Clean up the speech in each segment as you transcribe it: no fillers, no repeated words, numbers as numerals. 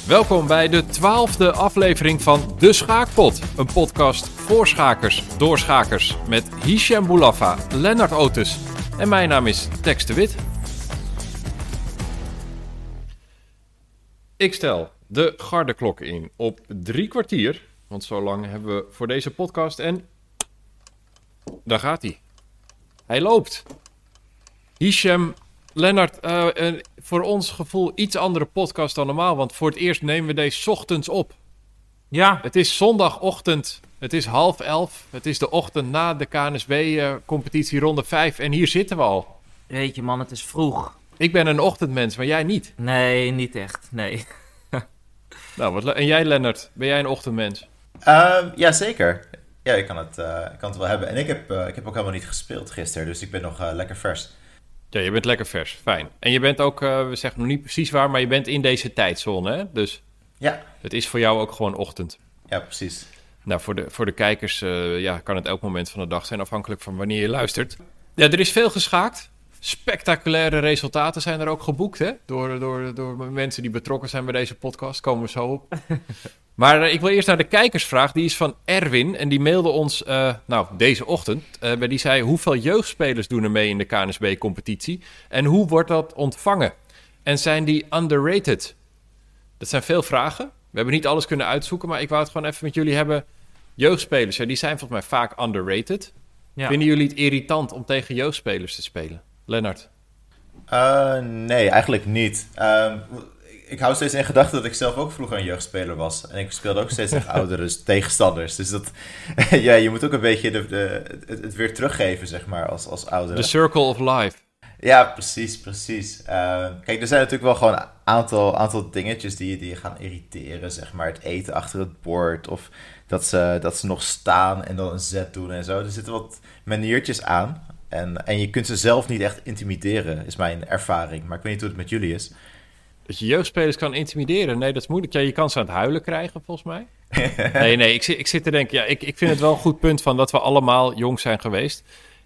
Welkom bij de 12e aflevering van De Schaakpot. Een podcast voor schakers, door schakers. Met Hichem Boulafa, Lennart Otus en mijn naam is Tex de Wit. Ik stel de gardeklok in op 3 kwartier. Want zo lang hebben we voor deze podcast en daar gaat hij. Hij loopt. Hichem, Lennart, voor ons gevoel iets andere podcast dan normaal. Want voor het eerst nemen we deze 's ochtends op. Ja. Het is zondagochtend. Het is 10:30. Het is de ochtend na de KNSB-competitie ronde 5. En hier zitten we al. Weet je man, het is vroeg. Ik ben een ochtendmens, maar jij niet. Nee, niet echt. Nee. Nou, en jij, Lennart, ben jij een ochtendmens? Ja, zeker. Ja, ik kan het wel hebben. En ik heb ook helemaal niet gespeeld gisteren, dus ik ben nog lekker vers. Ja, je bent lekker vers. Fijn. En je bent ook, we zeggen nog niet precies waar, maar je bent in deze tijdzone, hè? Dus Ja. het is voor jou ook gewoon ochtend. Ja, precies. Nou, voor de kijkers kan het elk moment van de dag zijn, afhankelijk van wanneer je luistert. Ja, er is veel geschaakt. Spectaculaire resultaten zijn er ook geboekt, hè? Door mensen die betrokken zijn bij deze podcast. Komen we zo op. Maar ik wil eerst naar de kijkersvraag. Die is van Erwin. En die mailde ons deze ochtend. Die zei, hoeveel jeugdspelers doen er mee in de KNSB-competitie? En hoe wordt dat ontvangen? En zijn die underrated? Dat zijn veel vragen. We hebben niet alles kunnen uitzoeken. Maar ik wou het gewoon even met jullie hebben. Jeugdspelers, die zijn volgens mij vaak underrated. Ja. Vinden jullie het irritant om tegen jeugdspelers te spelen? Lennart? Nee, eigenlijk niet. Ik hou steeds in gedachten dat ik zelf ook vroeger een jeugdspeler was. En ik speelde ook steeds tegen oudere tegenstanders. Dus dat, ja, je moet ook een beetje het weer teruggeven, zeg maar, als oudere. The circle of life. Ja, precies. Kijk, er zijn natuurlijk wel gewoon een aantal dingetjes die je gaan irriteren, zeg maar. Het eten achter het bord of dat ze nog staan en dan een zet doen en zo. Er zitten wat maniertjes aan. En je kunt ze zelf niet echt intimideren, is mijn ervaring. Maar ik weet niet hoe het met jullie is. Dat je jeugdspelers kan intimideren? Nee, dat is moeilijk. Ja, je kan ze aan het huilen krijgen, volgens mij. Nee, ik zit te denken... Ja, ik vind het wel een goed punt van dat we allemaal jong zijn geweest.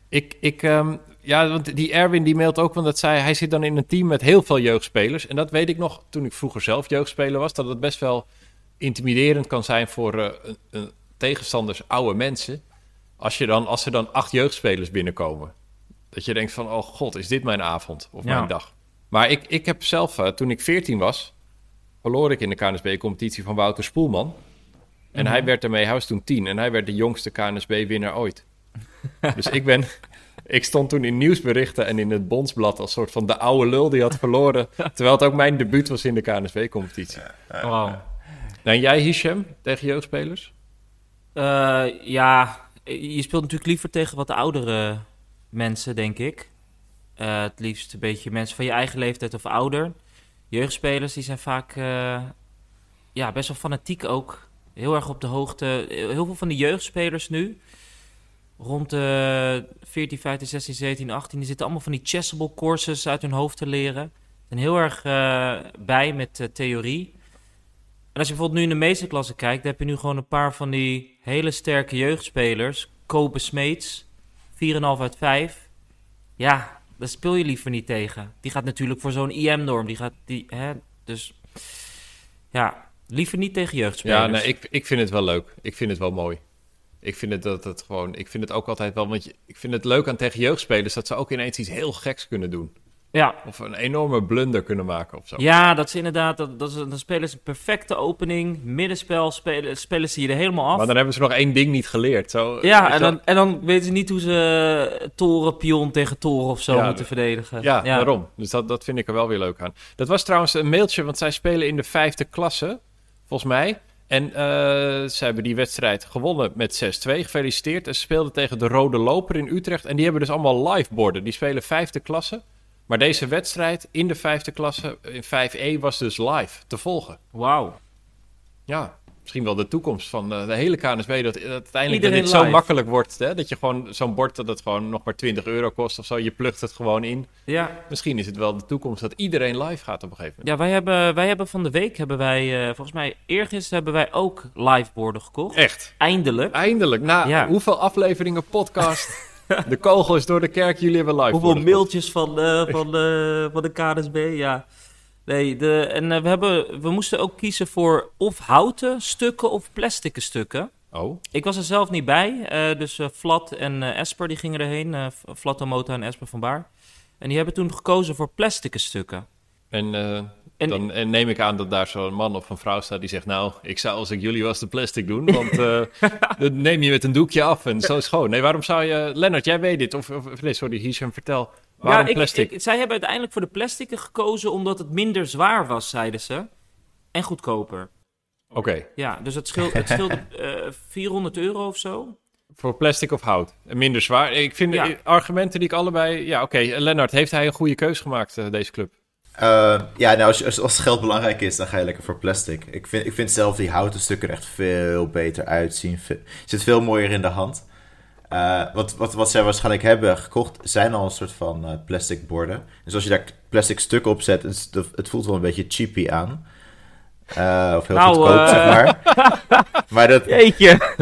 Want die Erwin die mailt ook, want dat zei... Hij zit dan in een team met heel veel jeugdspelers. En dat weet ik nog, toen ik vroeger zelf jeugdspeler was... dat het best wel intimiderend kan zijn voor tegenstanders, oude mensen... Als er dan 8 jeugdspelers binnenkomen. Dat je denkt van, oh god, is dit mijn avond of mijn dag? Maar ik heb zelf, toen ik 14 was... verloor ik in de KNSB-competitie van Wouter Spoelman. En hij was toen 10 en hij werd de jongste KNSB-winnaar ooit. Dus ik stond toen in nieuwsberichten en in het Bondsblad... als soort van de oude lul die had verloren... terwijl het ook mijn debuut was in de KNSB-competitie. Wow. Nou, en jij, Hichem, tegen jeugdspelers? Je speelt natuurlijk liever tegen wat oudere mensen, denk ik. Het liefst een beetje mensen van je eigen leeftijd of ouder. Jeugdspelers, die zijn vaak best wel fanatiek ook. Heel erg op de hoogte. Heel veel van die jeugdspelers nu, rond de 14, 15, 16, 17, 18... die zitten allemaal van die chessable courses uit hun hoofd te leren. Zijn heel erg bij met theorie. En als je bijvoorbeeld nu in de meesterklasse kijkt... dan heb je nu gewoon een paar van die hele sterke jeugdspelers. Kobe Smeets, 4,5 uit 5. Ja, daar speel je liever niet tegen. Die gaat natuurlijk voor zo'n IM-norm. Dus ja, liever niet tegen jeugdspelers. Ja, nee, ik vind het wel leuk. Ik vind het wel mooi. Ik vind het ook altijd wel... Want ik vind het leuk aan tegen jeugdspelers... dat ze ook ineens iets heel geks kunnen doen. Ja. Of een enorme blunder kunnen maken of zo. Ja, dat is inderdaad... Dan spelen ze een perfecte opening. Middenspel spelen ze je er helemaal af. Maar dan hebben ze nog 1 ding niet geleerd. Zo, ja, en dan weten ze niet hoe ze toren, pion tegen toren of zo moeten verdedigen. Ja, daarom. Dus dat vind ik er wel weer leuk aan. Dat was trouwens een mailtje, want zij spelen in de 5e klasse, volgens mij. En ze hebben die wedstrijd gewonnen met 6-2. Gefeliciteerd. En ze speelden tegen de Rode Loper in Utrecht. En die hebben dus allemaal liveborden. Die spelen 5e klasse. Maar deze wedstrijd in de 5e klasse, in 5E, was dus live te volgen. Wauw. Ja, misschien wel de toekomst van de hele KNSB. Dat uiteindelijk Iedereen dat dit zo live. makkelijk wordt. Hè? Dat je gewoon zo'n bord dat het gewoon nog maar €20 kost of zo. Je plugt het gewoon in. Ja. Misschien is het wel de toekomst dat iedereen live gaat op een gegeven moment. Ja, wij hebben van de week, volgens mij eergisteren hebben wij ook liveborden gekocht. Echt? Eindelijk. Eindelijk. Na hoeveel afleveringen podcast... De kogel is door de kerk, jullie hebben live. Hoeveel mailtjes van de KNSB, ja. Nee, we moesten ook kiezen voor of houten stukken of plastic stukken. Oh, Ik was er zelf niet bij, dus Vlad en Esper die gingen erheen. Vlad de Mota en Esper van Baar. En die hebben toen gekozen voor plastic stukken. en dan neem ik aan dat daar zo'n man of een vrouw staat die zegt... nou, ik zou als ik jullie was de plastic doen, want dan neem je met een doekje af en zo schoon. Nee, waarom zou je... Lennart, jij weet dit. Nee, sorry, Hisham, vertel. Waarom plastic? Zij hebben uiteindelijk voor de plastic gekozen omdat het minder zwaar was, zeiden ze. En goedkoper. Oké, Ja, dus het scheelde €400 of zo. voor plastic of hout? En minder zwaar. Ik vind Ja. argumenten die ik allebei... Ja, oké. Lennart, heeft hij een goede keus gemaakt, deze club? Ja, nou, als geld belangrijk is, dan ga je lekker voor plastic. Ik vind zelf die houten stukken er echt veel beter uitzien. Zit veel mooier in de hand. Wat zij waarschijnlijk hebben gekocht, zijn al een soort van plastic borden. Dus als je daar plastic stukken op zet, het voelt wel een beetje cheapy aan. Of heel goedkoop, zeg maar. Maar dat... Jeetje.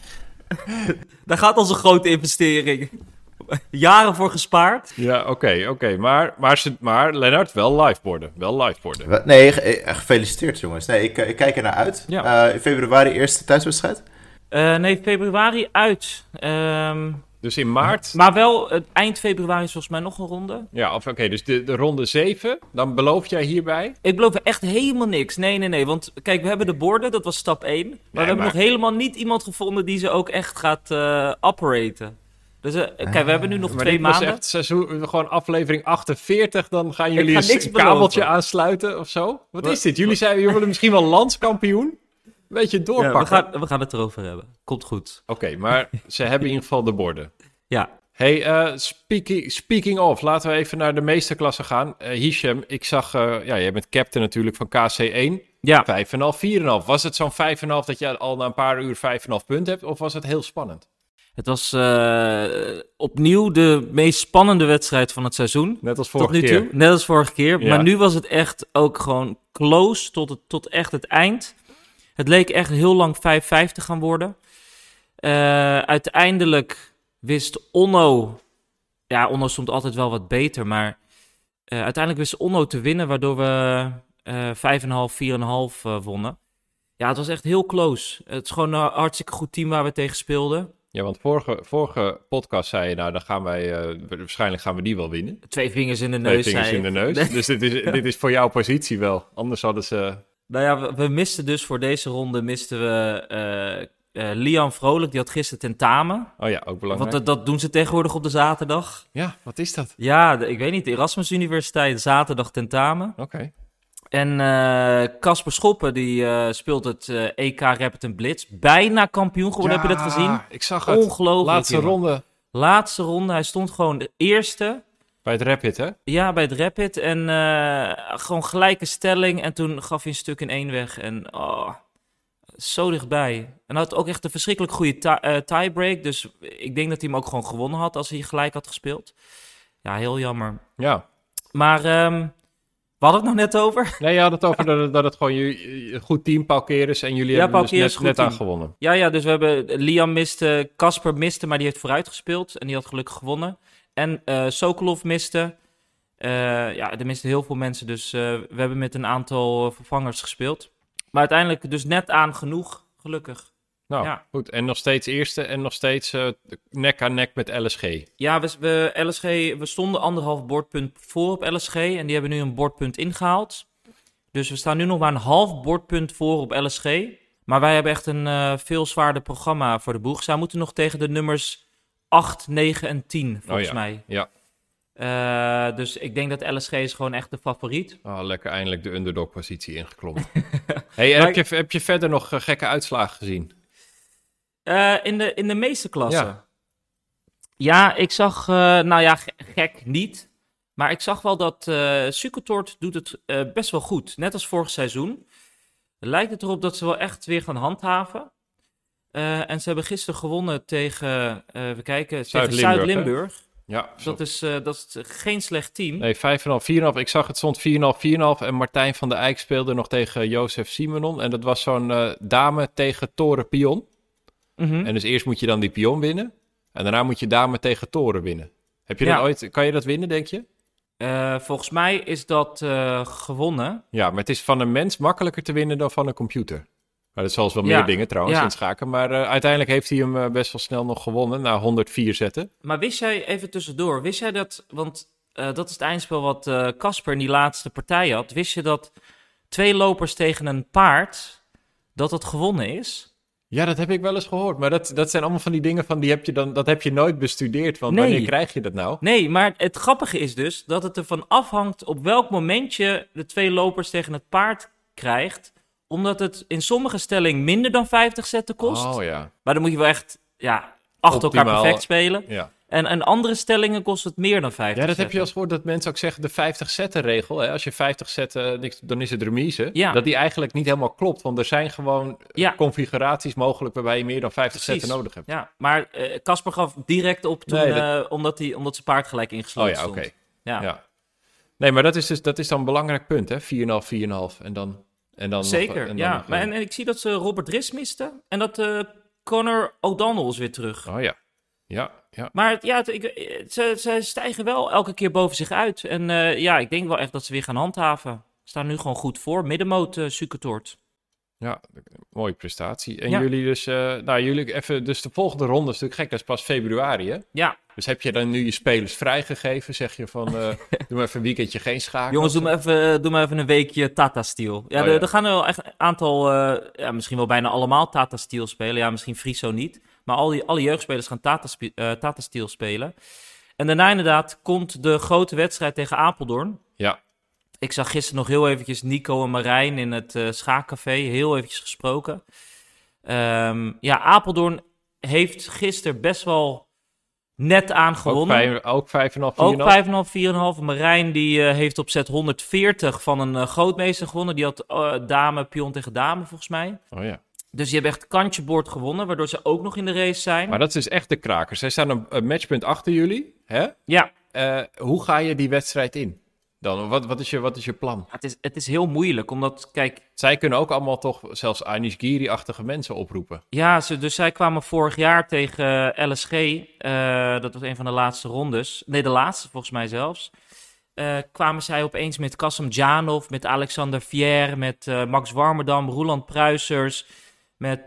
Daar gaat onze grote investering. Jaren voor gespaard. Ja, oké. Maar Lennart, wel liveborden. Nee, gefeliciteerd jongens. Nee, ik kijk er naar uit. Ja. In februari eerste thuiswedstrijd. Nee, februari uit. Dus in maart... Maar wel, eind februari is volgens mij nog een ronde. Ja, oké, dus de ronde 7, dan beloof jij hierbij... Ik beloof echt helemaal niks. Nee. Want kijk, we hebben de borden, dat was stap 1. Maar we hebben nog helemaal niet iemand gevonden die ze ook echt gaat operaten. Dus kijk, we hebben nu nog 2 maanden. Maar echt seizoen, gewoon aflevering 48, dan gaan Ik jullie ga een niks kabeltje beloven. aansluiten of zo? Wat is dit? Jullie worden misschien wel landskampioen? Een beetje doorpakken. Ja, we gaan het erover hebben. Komt goed. Oké, maar ze hebben in ieder geval de borden. Ja. Hey, speaking of, laten we even naar de meesterklasse gaan. Hisham, ik zag, jij bent captain natuurlijk van KC1. Ja. 5,5, 4,5. Was het zo'n 5,5 dat je al na een paar uur 5,5 punten hebt? Of was het heel spannend? Het was opnieuw de meest spannende wedstrijd van het seizoen. Net als Tot vorige nu keer. toe. Net als vorige keer. Ja. Maar nu was het echt ook gewoon close tot echt het eind. Het leek echt heel lang 5-5 te gaan worden. Uiteindelijk wist Onno... Ja, Onno stond altijd wel wat beter, maar... uiteindelijk wist Onno te winnen, waardoor we 5,5, 4,5 wonnen. Ja, het was echt heel close. Het is gewoon een hartstikke goed team waar we tegen speelden. Ja, want vorige podcast zei je, nou, dan gaan wij, waarschijnlijk gaan we die wel winnen. 2 vingers in de 2 neus. vingers zei in de ik. neus. Dus dit is voor jouw positie wel. Anders hadden ze... Nou ja, we misten dus voor deze ronde Lian Vrolijk. Die had gisteren tentamen. Oh ja, ook belangrijk. Want dat doen ze tegenwoordig op de zaterdag. Ja, wat is dat? Ja, ik weet niet. De Erasmus Universiteit, zaterdag tentamen. Oké. En Casper Schoppen, die speelt het EK Rapid Blitz. Bijna kampioen geworden, heb je dat gezien? Ik zag het. Ongelooflijk. Laatste jongen. ronde Laatste ronde. Hij stond gewoon de eerste. bij het Rapid, hè? Ja, bij het Rapid. En gewoon gelijke stelling. En toen gaf hij een stuk in 1 weg. En zo dichtbij. En had ook echt een verschrikkelijk goede tiebreak. Dus ik denk dat hij hem ook gewoon gewonnen had als hij gelijk had gespeeld. Ja, heel jammer. Ja. Maar we hadden het nog net over. Nee, je had het over dat het gewoon een goed team, Paukeres, en jullie Ja, hebben Paukeres, dus goed net team. aan gewonnen. Ja, dus we hebben Liam miste, Casper miste, maar die heeft vooruit gespeeld. En die had gelukkig gewonnen. En Sokolov miste. Er misten heel veel mensen. Dus we hebben met een aantal vervangers gespeeld. Maar uiteindelijk dus net aan genoeg, gelukkig. Nou, Ja. goed. En nog steeds eerste en nog steeds nek aan nek met LSG. Ja, we stonden 1,5 bordpunt voor op LSG. En die hebben nu een bordpunt ingehaald. Dus we staan nu nog maar een half bordpunt voor op LSG. Maar wij hebben echt een veel zwaarder programma voor de boeg. Zij moeten nog tegen de nummers 8, 9 en 10, volgens mij. Ja. Dus ik denk dat LSG is gewoon echt de favoriet. Lekker eindelijk de underdog-positie ingeklommen. Hey, en heb je verder nog gekke uitslagen gezien? In de meeste klassen. Ja. Ja, ik zag... gek niet. Maar ik zag wel dat Sukkertort doet het best wel goed. Net als vorig seizoen. Lijkt het erop dat ze wel echt weer gaan handhaven. En ze hebben gisteren gewonnen tegen... tegen Zuid-Limburg. Ja, Dat is geen slecht team. Nee, 5,5, 4,5. Ik zag het stond 4,5, 4,5. En Martijn van der Eyck speelde nog tegen Jozef Simonon. En dat was zo'n dame tegen toren pion. Mhm. En dus eerst moet je dan die pion winnen. En daarna moet je dame tegen toren winnen. Heb je dat ooit? Kan je dat winnen, denk je? Volgens mij is dat gewonnen. Ja, maar het is van een mens makkelijker te winnen dan van een computer. Maar dat is zoals wel meer Ja, dingen trouwens ja. in schaken. Maar uiteindelijk heeft hij hem best wel snel nog gewonnen na 104 zetten. Maar wist jij, even tussendoor, wist jij dat, want dat is het eindspel wat Casper in die laatste partij had. Wist je dat 2 lopers tegen een paard, dat het gewonnen is? Ja, dat heb ik wel eens gehoord. Maar dat zijn allemaal van die dingen van dat heb je nooit bestudeerd. Want Nee. wanneer krijg je dat nou? Nee, maar het grappige is dus dat het ervan afhangt op welk moment je de 2 lopers tegen het paard krijgt. Omdat het in sommige stellingen minder dan 50 zetten kost. Oh ja. Maar dan moet je wel echt achter elkaar Optimaal. perfect spelen. Ja. En andere stellingen kost het meer dan 50 Ja, dat heb je zetten. als gehoord dat mensen ook zeggen de 50 zetten regel. Hè? Als je 50 zetten, dan is het remise. Ja. Dat die eigenlijk niet helemaal klopt. Want er zijn gewoon Ja. configuraties mogelijk waarbij je meer dan 50 Precies. zetten nodig hebt. Ja, maar Casper gaf direct op toen, Nee, omdat zijn paard gelijk ingesloten Oh ja, oké. stond. Ja. Ja. Nee, maar dat is dan een belangrijk punt, hè? 4,5, 4,5. En dan Zeker, nog, en dan ja. nog, Maar, en ik zie dat ze Robert Ris misten en dat Conor O'Donnell is weer terug. Oh ja. Ja, ja. Maar ja, ze stijgen wel elke keer boven zich uit. En ik denk wel echt dat ze weer gaan handhaven. Staan nu gewoon goed voor. Middenmoot, Suketoort. Ja, mooie prestatie. En Ja. jullie dus, jullie even, dus de volgende ronde is natuurlijk gek, dat is pas februari, hè? Ja, Dus heb je dan nu je spelers vrijgegeven? Zeg je van, doe maar even een weekendje geen schaken? jongens, of doe maar even een weekje Tata Steel. Ja, Oh, ja. er gaan er wel echt een aantal, misschien wel bijna allemaal Tata Steel spelen. Ja, misschien Friso niet. Maar alle jeugdspelers gaan Tata Steel spelen. En daarna inderdaad komt de grote wedstrijd tegen Apeldoorn. Ja, Ik zag gisteren nog heel eventjes Nico en Marijn in het schaakcafé. Heel eventjes gesproken. Apeldoorn heeft gisteren best wel net aan gewonnen. ook 5,5, 4,5. Ook 5,5, 4,5. Marijn die heeft op zet 140 van een grootmeester gewonnen. Die had dame, pion tegen dame volgens mij. Oh ja. Dus die hebben echt kantje boord gewonnen, waardoor ze ook nog in de race zijn. Maar dat is dus echt de krakers. Zij staan een matchpunt achter jullie, hè? Ja, Hoe ga je die wedstrijd in? Dan, wat is je plan? het is heel moeilijk, omdat, kijk, Zij kunnen ook allemaal toch zelfs Anish Giri-achtige mensen oproepen. ja, dus zij kwamen vorig jaar tegen LSG. Dat was een van de laatste rondes. Nee, de laatste volgens mij zelfs. Kwamen zij opeens met Kassem Janov, met Alexander Vier, met Max Warmerdam, Roland Pruisers, met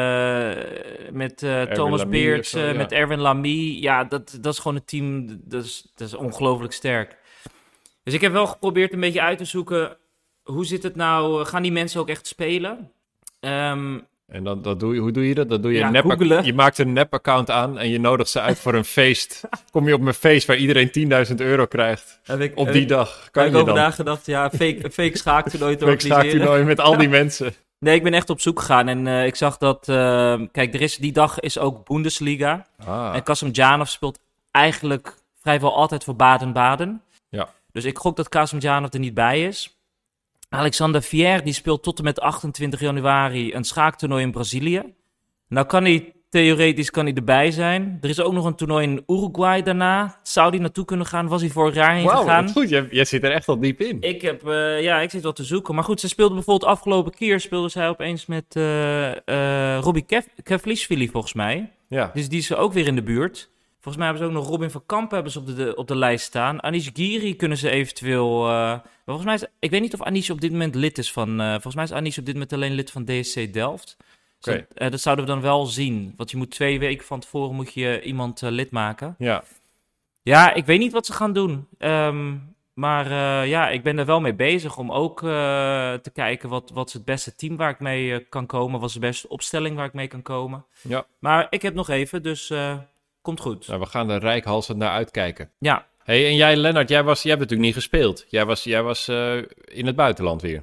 Thomas Lamy Beerts, of zo, ja. met Erwin Lamy. Ja, dat is gewoon een team, dat is ongelooflijk sterk. Dus ik heb wel geprobeerd een beetje uit te zoeken, hoe zit het nou, gaan die mensen ook echt spelen? En hoe doe je dat? Dat doe je, Googlen. je maakt een nep-account aan en je nodigt ze uit voor een feest. Kom je op een feest waar iedereen 10.000 euro krijgt op die dag. Kan Heb je ik over dan? nagedacht, ja, fake schaaktoernooi te Week organiseren. schaaktoernooi met al die mensen. Nee, ik ben echt op zoek gegaan en ik zag dat, kijk, die dag is ook Bundesliga. Ah, En Kasim Janov speelt eigenlijk vrijwel altijd voor Baden-Baden. ja. Dus ik gok dat Kasim Janov er niet bij is. Alexander Vier die speelt tot en met 28 januari een schaaktoernooi in Brazilië. Nou kan hij theoretisch erbij zijn. Er is ook nog een toernooi in Uruguay daarna. Zou die naartoe kunnen gaan? Was hij vorig jaar heen Wauw, gegaan? wat goed. Jij zit er echt al diep in. Ik zit wat te zoeken. Maar goed, ze speelde bijvoorbeeld afgelopen keer speelde zij opeens met Robbie Kevlishvili volgens mij. Ja. Dus die is ook weer in de buurt. Volgens mij hebben ze ook nog Robin van Kampen hebben ze op de lijst staan. Anish Giri kunnen ze eventueel... maar volgens mij ik weet niet of Anish op dit moment lid is van... volgens mij is Anish op dit moment alleen lid van DSC Delft. Dus Oké. dat zouden we dan wel zien. Want je moet 2 weken van tevoren moet je iemand lid maken. Ja. Ja, ik weet niet wat ze gaan doen. Maar ik ben er wel mee bezig om ook te kijken wat is het beste team waar ik mee kan komen. Wat is de beste opstelling waar ik mee kan komen. Ja. Maar ik heb nog even, dus komt goed. Nou, we gaan er reikhalsend naar uitkijken. Ja, Hey, en jij, Lennart, jij hebt natuurlijk niet gespeeld. Jij was in het buitenland weer.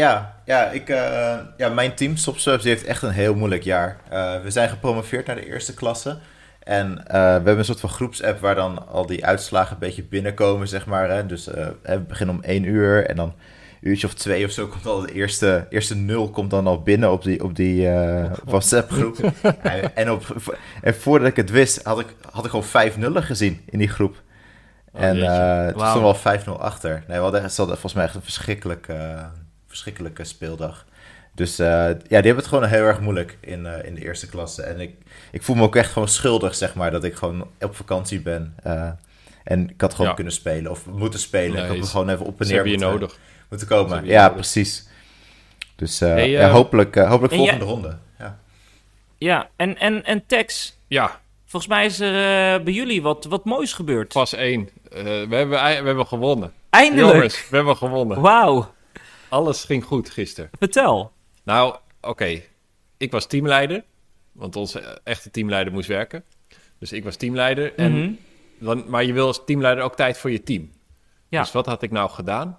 Mijn team, Stopsubs, die heeft echt een heel moeilijk jaar. We zijn gepromoveerd naar de eerste klasse. En we hebben een soort van groepsapp waar dan al die uitslagen een beetje binnenkomen, zeg maar. Hè. Dus we beginnen om 1 uur en dan een uurtje of 2 of zo komt al de eerste 0 komt dan al binnen op die WhatsApp-groep. en voordat ik het wist, had ik gewoon 5 nullen gezien in die groep. En toen stonden we al 5-0 achter. Nee, we hadden volgens mij echt een verschrikkelijke speeldag. Dus die hebben het gewoon heel erg moeilijk in de eerste klasse. En ik voel me ook echt gewoon schuldig, zeg maar, dat ik gewoon op vakantie ben. En ik had gewoon kunnen spelen of moeten spelen. Ik had er gewoon even op en neer moeten komen. Ja, nodig. Precies. Dus hopelijk volgende ronde. Ja, en Tex. Ja. Volgens mij is er bij jullie wat moois gebeurd. Pas 1. We hebben gewonnen. Eindelijk! Jongens, we hebben gewonnen. Wauw. Alles ging goed gisteren. Vertel. Nou, oké. Ik was teamleider. Want onze echte teamleider moest werken. Dus ik was teamleider. Maar je wil als teamleider ook tijd voor je team. Ja. Dus wat had ik nou gedaan?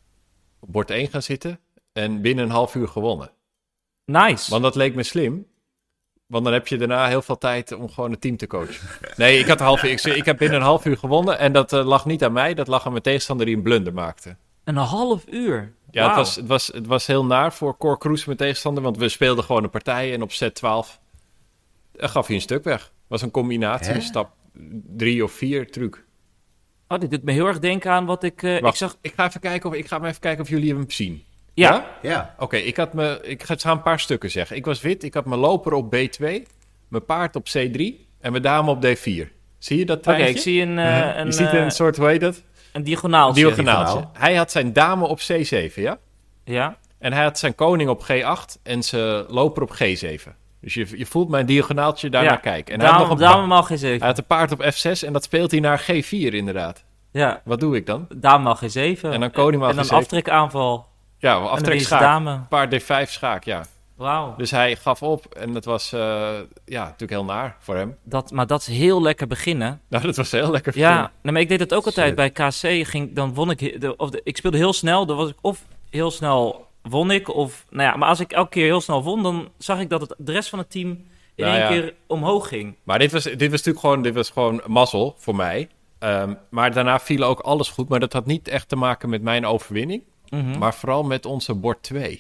Op bord 1 gaan zitten. En binnen een half uur gewonnen. Nice. Want dat leek me slim. Want dan heb je daarna heel veel tijd om gewoon het team te coachen. Nee, ik heb binnen een half uur gewonnen. En dat lag niet aan mij. Dat lag aan mijn tegenstander die een blunder maakte. Een half uur? Ja, wow. Het was heel naar voor Cor Kroes, mijn tegenstander. Want we speelden gewoon een partij. En op set 12 gaf hij een stuk weg. Het was een combinatie. Stap 3 of 4 truc. Oh, dit doet me heel erg denken aan wat ik zag. Ik ga maar even kijken of jullie hem zien. Ja? Oké, ik ga een paar stukken zeggen. Ik was wit, ik had mijn loper op B2, mijn paard op C3 en mijn dame op D4. Zie je dat treintje? Oké, ik zie je ziet een soort, hoe heet dat? Een diagonaaltje. Hij had zijn dame op C7, ja? Ja. En hij had zijn koning op G8 en zijn loper op G7. Dus je voelt mijn diagonaaltje daarnaar kijken. En hij had nog dame mag G7. Hij had een paard op F6 en dat speelt hij naar G4 inderdaad. Ja. Wat doe ik dan? Dame mag G7. En dan koning mag G7. En dan aftrekaanval. Ja, aftrek schaak. Dame. Paard D5 schaak, ja. Wauw. Dus hij gaf op en dat was natuurlijk heel naar voor hem. Maar dat is heel lekker beginnen. Nou, dat was heel lekker beginnen. Ja, maar ik deed het ook altijd bij KC. Dan won ik... ik speelde heel snel, dan was ik of heel snel won ik, of... Nou ja, maar als ik elke keer heel snel won, dan zag ik dat de rest van het team in één keer omhoog ging. Maar dit was natuurlijk gewoon mazzel voor mij. Maar daarna viel ook alles goed. Maar dat had niet echt te maken met mijn overwinning. Maar vooral met onze bord 2.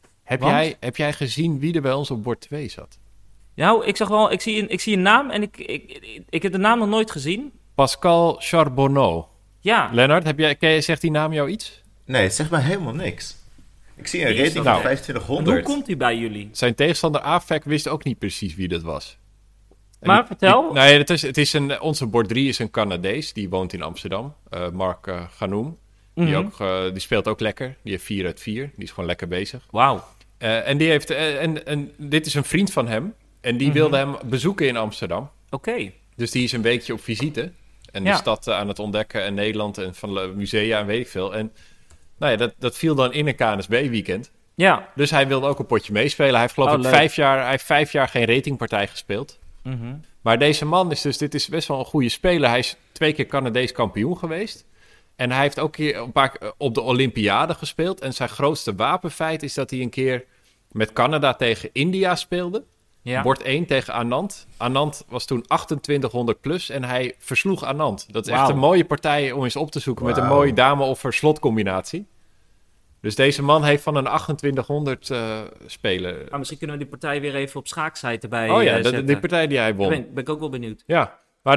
Heb jij gezien wie er bij ons op bord 2 zat? Nou, ik zie een naam en ik heb de naam nog nooit gezien. Pascal Charbonneau. Ja. Lennart, zegt die naam jou iets? Nee, het zegt mij helemaal niks. Ik zie een rating van 2500. En hoe komt hij bij jullie? Zijn tegenstander Afek wist ook niet precies wie dat was. Maar vertel. Onze bord 3 is een Canadees. Die woont in Amsterdam. Mark Ganoum. Die speelt ook lekker. Die heeft 4 uit 4. Die is gewoon lekker bezig. Wauw. En die heeft... En dit is een vriend van hem. En die wilde hem bezoeken in Amsterdam. Oké. Dus die is een weekje op visite. En de stad aan het ontdekken. En Nederland en van de musea en weet ik veel. En nou ja, dat viel dan in een KNSB-weekend. Ja. Dus hij wilde ook een potje meespelen. Hij heeft geloof ik 5 jaar geen ratingpartij gespeeld. Maar deze man dit is best wel een goede speler. Hij is 2 keer Canadees kampioen geweest. En hij heeft ook een paar keer op de Olympiade gespeeld. En zijn grootste wapenfeit is dat hij een keer met Canada tegen India speelde. Ja. Bord 1 tegen Anand. Anand was toen 2800 plus en hij versloeg Anand. Dat is echt een mooie partij om eens op te zoeken met een mooie dame-offer slotcombinatie. Dus deze man heeft van een 2800 speler... Maar misschien kunnen we die partij weer even op schaakzite erbij die partij die hij won. Ben ik ook wel benieuwd. Ja, maar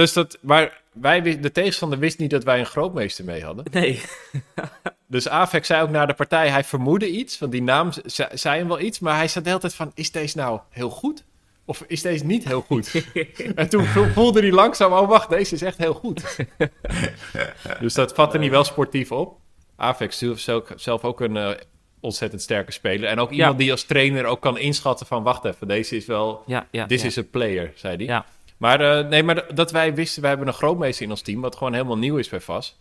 de tegenstander wist niet dat wij een grootmeester mee hadden. Nee. Dus Afek zei ook na de partij, hij vermoedde iets, want die naam zei hem wel iets, maar hij zat de hele tijd van, is deze nou heel goed? Of is deze niet heel goed? En toen voelde hij langzaam, oh wacht, deze is echt heel goed. Dus dat vatte hij wel sportief op. Afek is zelf ook een ontzettend sterke speler. En ook iemand die als trainer ook kan inschatten van, wacht even, deze is wel, this is a player, zei hij. Ja. Maar dat wij wisten, wij hebben een grootmeester in ons team, wat gewoon helemaal nieuw is bij VAS.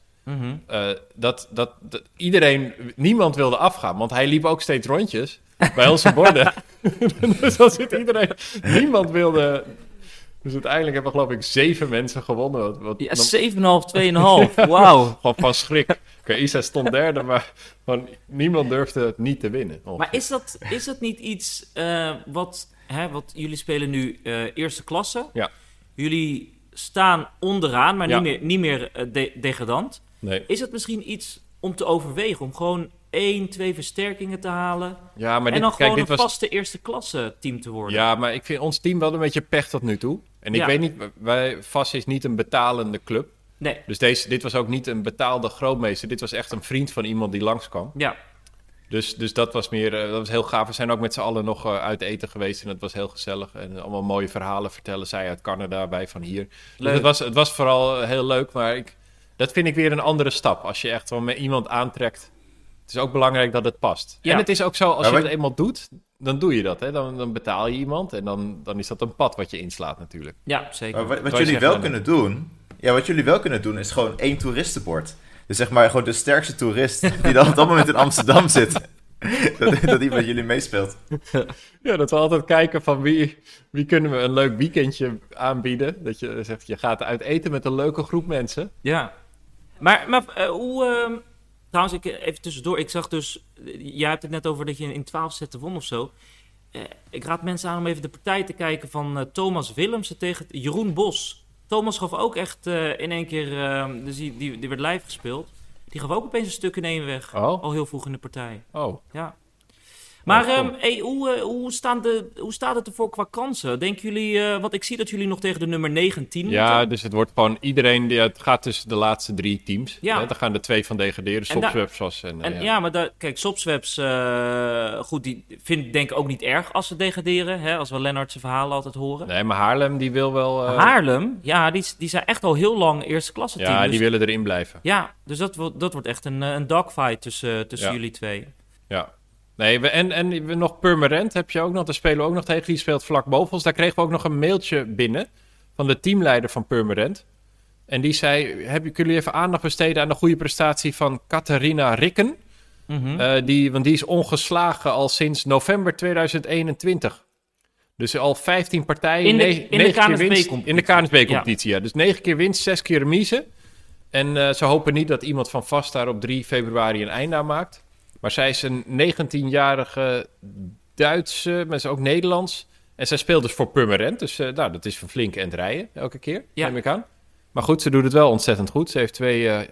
Niemand wilde afgaan, want hij liep ook steeds rondjes bij onze borden. Dus dan zit iedereen... Niemand wilde... Dus uiteindelijk hebben geloof ik 7 mensen gewonnen. 7,5, 2,5. Wauw. Gewoon van schrik. Isa stond derde, maar niemand durfde het niet te winnen. Maar is dat niet iets wat jullie spelen nu eerste klasse? Ja. Jullie staan onderaan, maar niet meer degradant. Nee. Is het misschien iets om te overwegen? Om gewoon 1, 2 versterkingen te halen? Ja, maar een vaste eerste klasse team te worden? Ja, maar ik vind ons team wel een beetje pech tot nu toe. En ik weet niet, VAS is niet een betalende club. Nee. Dus dit was ook niet een betaalde grootmeester. Dit was echt een vriend van iemand die langskwam. Ja. Dus dat was meer, dat was heel gaaf. We zijn ook met z'n allen nog uit eten geweest en het was heel gezellig. En allemaal mooie verhalen vertellen. Zij uit Canada, wij van hier. Leuk. Dus het was vooral heel leuk, maar dat vind ik weer een andere stap. Als je echt wel met iemand aantrekt. Het is ook belangrijk dat het past. Ja. En het is ook zo, als je het eenmaal doet, dan doe je dat. Hè? Dan betaal je iemand en dan is dat een pad wat je inslaat natuurlijk. Ja, zeker. Maar wat jullie wel kunnen doen... Ja, wat jullie wel kunnen doen is gewoon 1 toeristenbord. Dus zeg maar gewoon de sterkste toerist die dan op dat moment in Amsterdam zit. dat die met jullie meespeelt. Ja, dat we altijd kijken van wie kunnen we een leuk weekendje aanbieden. Dat je zegt, je gaat uit eten met een leuke groep mensen. Ja. Maar hoe... trouwens, even tussendoor. Ik zag dus... Jij hebt het net over dat je in 12 zetten won of zo. Ik raad mensen aan om even de partij te kijken van Thomas Willemsen tegen Jeroen Bos. Thomas gaf ook echt in één keer... dus die werd live gespeeld. Die gaf ook opeens een stuk in één weg. Oh. Al heel vroeg in de partij. Oh. Ja. Maar cool. hoe staat het ervoor qua kansen? Denken jullie... want ik zie dat jullie nog tegen de nummer 19 Ja, moeten. dus het wordt gewoon iedereen... het gaat tussen de laatste 3 teams. Ja. Hè? Dan gaan er 2 van degraderen. Sopswebs Maar kijk, Sopswebs... goed, die vind ik denk ik ook niet erg als ze degraderen. Hè, als we Lennart zijn verhalen altijd horen. Nee, maar Haarlem die wil wel... Haarlem, ja, die zijn echt al heel lang eerste klasse team. Ja, dus, die willen erin blijven. ja, dus dat wordt echt een dogfight tussen jullie twee. Ja. Nee, en nog Purmerend heb je ook nog. Daar spelen we ook nog tegen. Die speelt vlak boven ons. Daar kregen we ook nog een mailtje binnen van de teamleider van Purmerend. En die zei, kunnen jullie even aandacht besteden aan de goede prestatie van Catharina Rikken? Mhm. Want die is ongeslagen al sinds november 2021. Dus al 15 partijen, In de 9 keer winst. KNSB-competitie. In de KNSB-competitie, ja. Dus 9 keer winst, 6 keer remise. En ze hopen niet dat iemand van vast daar op 3 februari een einde aan maakt. Maar zij is een 19-jarige Duitse, maar ze is ook Nederlands. En zij speelt dus voor Purmerend. Dus dat is een flink endrijden elke keer, neem ik aan. Maar goed, ze doet het wel ontzettend goed. Ze heeft 2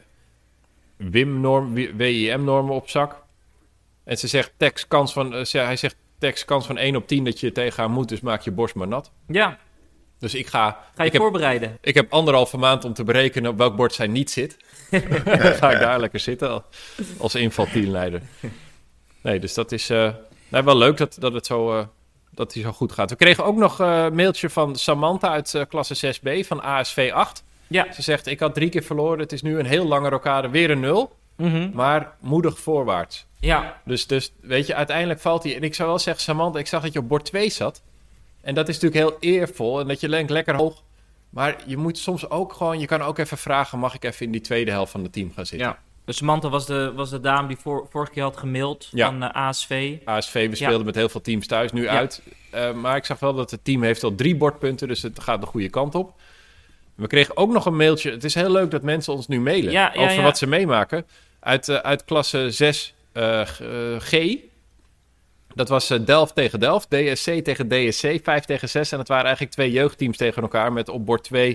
WIM-normen op zak. En ze zegt hij zegt kans van 1 op 10 dat je tegen haar moet, dus maak je borst maar nat. Ja, Dus ga je voorbereiden. Ik heb 1,5 maand om te berekenen op welk bord zij niet zit. Dan ga ik daar lekker zitten als invalteamleider. Nee, dus dat is wel leuk dat het zo, dat die zo goed gaat. We kregen ook nog een mailtje van Samantha uit klasse 6B van ASV 8. Ja. Ze zegt, ik had 3 keer verloren. Het is nu een heel lange rokade, weer een 0. Mhm. Maar moedig voorwaarts. Ja. Dus weet je, uiteindelijk valt hij... En ik zou wel zeggen, Samantha, ik zag dat je op bord 2 zat. En dat is natuurlijk heel eervol. En dat je lenkt lekker hoog. Maar je moet soms ook gewoon... Je kan ook even vragen, mag ik even in die tweede helft van het team gaan zitten? Ja. Dus Samantha was de dame die vorige keer had gemaild van ASV. ASV, we speelden met heel veel teams thuis, nu uit. Maar ik zag wel dat het team heeft al 3 bordpunten, dus het gaat de goede kant op. We kregen ook nog een mailtje. Het is heel leuk dat mensen ons nu mailen over wat ze meemaken. Uit klasse 6 G. Dat was Delft tegen Delft, DSC tegen DSC, 5 tegen 6. En het waren eigenlijk 2 jeugdteams tegen elkaar met op bord 2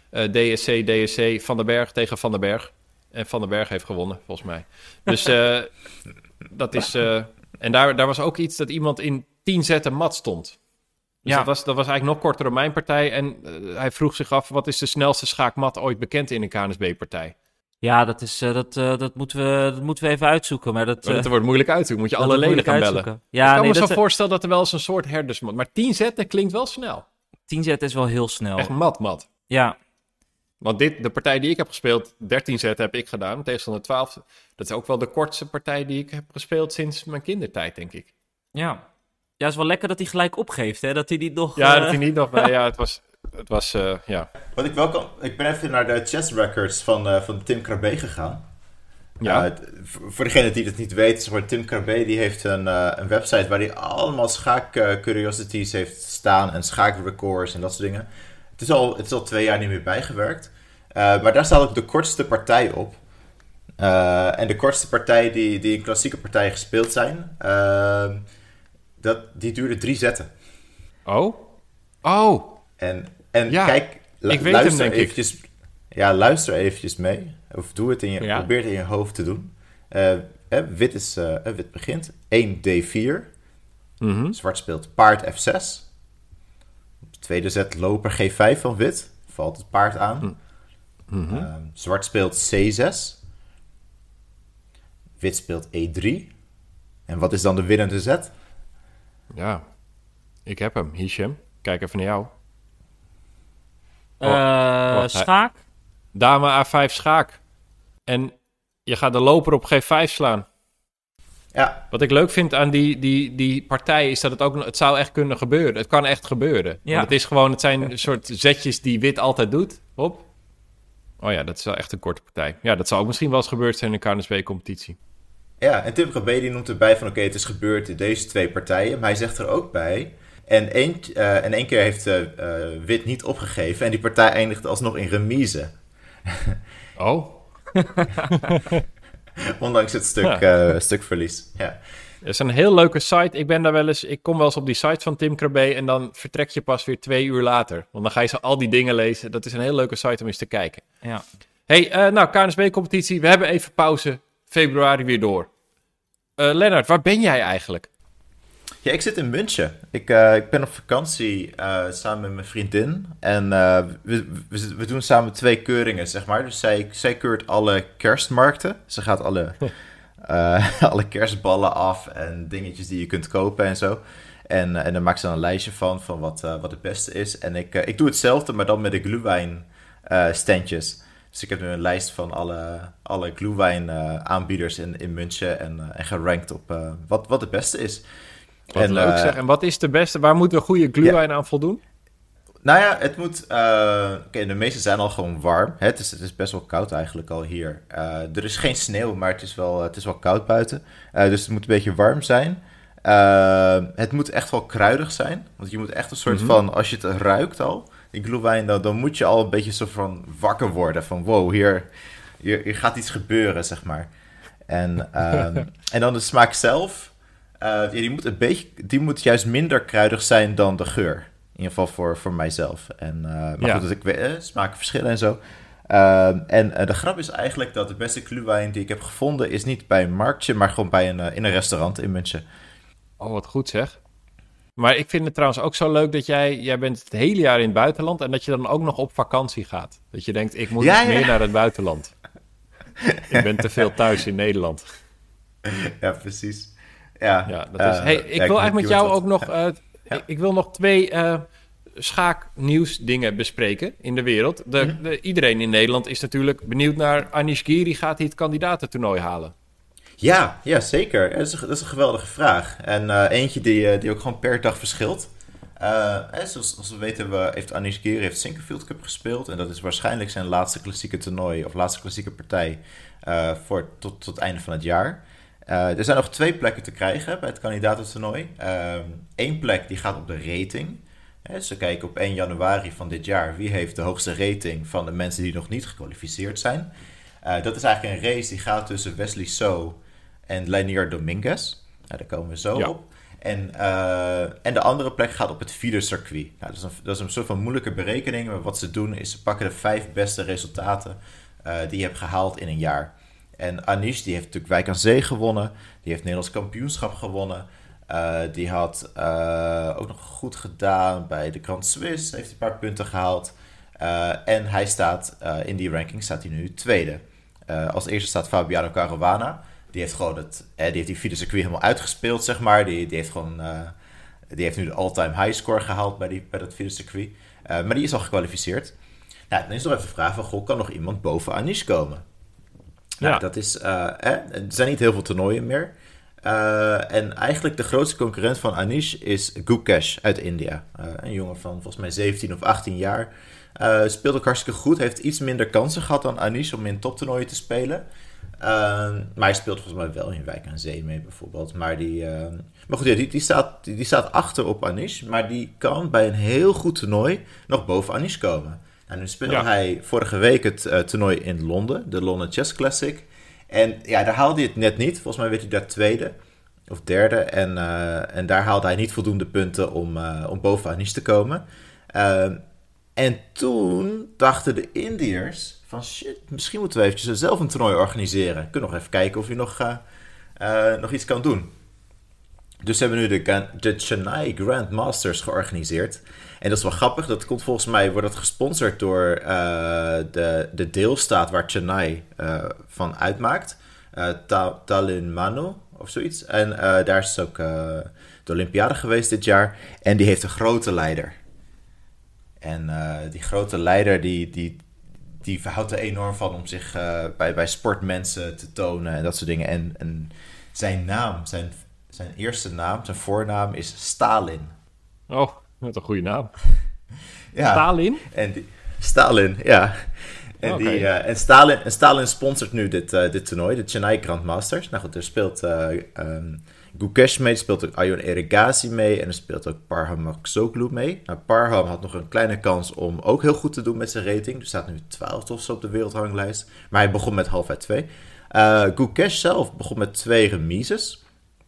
DSC, Van den Berg tegen Van den Berg. En Van den Berg heeft gewonnen, volgens mij. Dus dat is... en daar was ook iets dat iemand in 10 zetten mat stond. Dus dat was eigenlijk nog korter dan mijn partij. En hij vroeg zich af, wat is de snelste schaakmat ooit bekend in een KNSB-partij? Ja, dat moeten we even uitzoeken. Maar dat wordt moeilijk uitzoeken. Moet je alle leden gaan bellen. Ja, ik kan me zo voorstellen dat er wel eens een soort herdersmat... Maar 10 zetten klinkt wel snel. 10 zetten is wel heel snel. Echt mat. Ja. Want de partij die ik heb gespeeld, 13 zetten heb ik gedaan. Tegenstander 12. Dat is ook wel de kortste partij die ik heb gespeeld sinds mijn kindertijd, denk ik. Ja. Ja, het is wel lekker dat hij gelijk opgeeft, hè? Dat hij niet nog... Ja, dat hij niet nog... ja, het was ja. Wat ik wel kan... Ik ben even naar de chess records van Tim Krabbe gegaan. Ja. Voor degene die het niet weet, zeg maar, Tim Krabbe die heeft een website waar hij allemaal schaak-curiosities heeft staan en schaakrecords en dat soort dingen. Het is al 2 jaar niet meer bijgewerkt. Maar daar staat ook de kortste partij op. En de kortste partij die in klassieke partijen gespeeld zijn, die duurde 3 zetten. Oh. En ja, kijk, ik weet hem, denk eventjes, ik. Ja, luister eventjes mee. Of doe het probeer het in je hoofd te doen. Wit begint. 1 D4. Mm-hmm. Zwart speelt paard F6. Op de tweede zet loper G5 van wit. Valt het paard aan. Mm-hmm. Zwart speelt C6. Wit speelt E3. En wat is dan de winnende zet? Ja, ik heb hem. Hisham, kijk even naar jou. Wacht, Schaak? Dame A5 schaak. En je gaat de loper op G5 slaan. Ja. Wat ik leuk vind aan die partij is dat het zou echt kunnen gebeuren. Het kan echt gebeuren. Ja. Want het zijn een soort zetjes die wit altijd doet. Hop. Oh ja, dat is wel echt een korte partij. Ja, dat zou ook misschien wel eens gebeurd zijn in de KNSB-competitie. Ja, en Tim Krabbe die noemt erbij van oké, het is gebeurd in deze 2 partijen. Maar hij zegt er ook bij. En één keer heeft wit niet opgegeven. En die partij eindigde alsnog in remise. Oh. Ondanks het stukverlies. Ja. Het is een heel leuke site. Ik kom wel eens op die site van Tim Krabbe en dan vertrek je pas weer 2 uur later. Want dan ga je zo al die dingen lezen. Dat is een heel leuke site om eens te kijken. Ja. Hey, KNSB-competitie. We hebben even pauze. Februari weer door. Lennart, waar ben jij eigenlijk? Ja, ik zit in München. Ik ben op vakantie samen met mijn vriendin. En we doen samen 2 keuringen, zeg maar. Dus zij keurt alle kerstmarkten. Ze gaat alle kerstballen af en dingetjes die je kunt kopen en zo. En dan maakt ze dan een lijstje van wat het beste is. En ik doe hetzelfde, maar dan met de glühwein standjes. Dus ik heb nu een lijst van alle glühwein aanbieders in München en gerankt op wat het beste is. Wat leuk zeg. En wat is de beste? Waar moeten we goede glühwein aan voldoen? Nou ja, het moet... de meeste zijn al gewoon warm. Het is best wel koud eigenlijk al hier. Er is geen sneeuw, maar het is wel koud buiten. Dus het moet een beetje warm zijn. Het moet echt wel kruidig zijn. Want je moet echt een soort van... Als je het ruikt al, die glühwein, dan moet je al een beetje zo van wakker worden. Van wow, hier gaat iets gebeuren, zeg maar. En dan de smaak zelf... die moet juist minder kruidig zijn dan de geur. In ieder geval voor mijzelf. Maar goed, ik weet, smaken verschillen en zo. En de grap is eigenlijk dat de beste glühwein die ik heb gevonden... is niet bij een marktje, maar gewoon in een restaurant in München. Oh, wat goed zeg. Maar ik vind het trouwens ook zo leuk dat jij bent het hele jaar in het buitenland... en dat je dan ook nog op vakantie gaat. Dat je denkt, ik moet meer naar het buitenland. Ik ben te veel thuis in Nederland. Ja, precies. Ja, dat is... ik wil eigenlijk met jou ook nog... Ik wil nog 2 schaaknieuws dingen bespreken in de wereld. Iedereen in Nederland is natuurlijk benieuwd naar... Anish Giri, gaat hij het kandidatentoernooi halen? Ja, zeker. Dat is een geweldige vraag. En eentje die ook gewoon per dag verschilt. Zoals we weten heeft Anish Giri Sinquefield Cup gespeeld. En dat is waarschijnlijk zijn laatste klassieke toernooi... of laatste klassieke partij tot het einde van het jaar... er zijn nog 2 plekken te krijgen bij het kandidatentoernooi. 1 plek die gaat op de rating. Ze kijken op 1 januari van dit jaar... wie heeft de hoogste rating van de mensen die nog niet gekwalificeerd zijn. Dat is eigenlijk een race die gaat tussen Wesley So en Lenier Dominguez. Daar komen we zo op. En de andere plek gaat op het FIDE-circuit. Dat is een soort van moeilijke berekening. Maar wat ze doen is ze pakken de 5 beste resultaten... die je hebt gehaald in een jaar... En Anish, die heeft natuurlijk Wijk aan Zee gewonnen. Die heeft Nederlands kampioenschap gewonnen. Die had ook nog goed gedaan bij de Grand Swiss. Heeft een paar punten gehaald. En hij staat in die ranking staat hij nu 2e. Als eerste staat Fabiano Caruana. Die heeft gewoon die FIDE circuit helemaal uitgespeeld, zeg maar. Die heeft nu de all-time high score gehaald bij dat FIDE circuit. Maar die is al gekwalificeerd. Nou, dan is nog even de vraag van, kan nog iemand boven Anish komen? Nou, dat is... er zijn niet heel veel toernooien meer. En eigenlijk de grootste concurrent van Anish is Gukesh uit India. Een jongen van volgens mij 17 of 18 jaar. Speelt ook hartstikke goed. Heeft iets minder kansen gehad dan Anish om in toptoernooien te spelen. Maar hij speelt volgens mij wel in Wijk aan Zee mee bijvoorbeeld. Maar goed, die staat achter op Anish. Maar die kan bij een heel goed toernooi nog boven Anish komen. En nu speelde hij vorige week het toernooi in Londen, de London Chess Classic. En ja, daar haalde hij het net niet. Volgens mij werd hij daar 2e of 3e. En daar haalde hij niet voldoende punten om boven Anish te komen. En toen dachten de Indiërs van shit, misschien moeten we eventjes zelf een toernooi organiseren. We kunnen nog even kijken of hij nog iets kan doen. Dus hebben we nu de Chennai Grand Masters georganiseerd. En dat is wel grappig. Dat komt volgens mij, wordt dat gesponsord door de deelstaat waar Chennai van uitmaakt. Tamil Nadu of zoiets. En daar is ook de Olympiade geweest dit jaar. En die heeft een grote leider. En die grote leider die houdt er enorm van om zich bij sportmensen te tonen en dat soort dingen. En zijn naam, zijn eerste naam, zijn voornaam is Stalin. Oh, wat een goede naam. Ja. Stalin? Stalin, ja. En, Okay. en Stalin sponsort nu dit toernooi, de Chennai Grandmasters. Nou goed, er speelt Gukesh mee, er speelt ook Ayun Erigaisi mee en er speelt ook Parham Makhlouf mee. Nou, Parham had nog een kleine kans om ook heel goed te doen met zijn rating. Er staat nu 12 of zo op de wereldranglijst, maar hij begon met half uit 2. Gukesh zelf begon met 2 remises.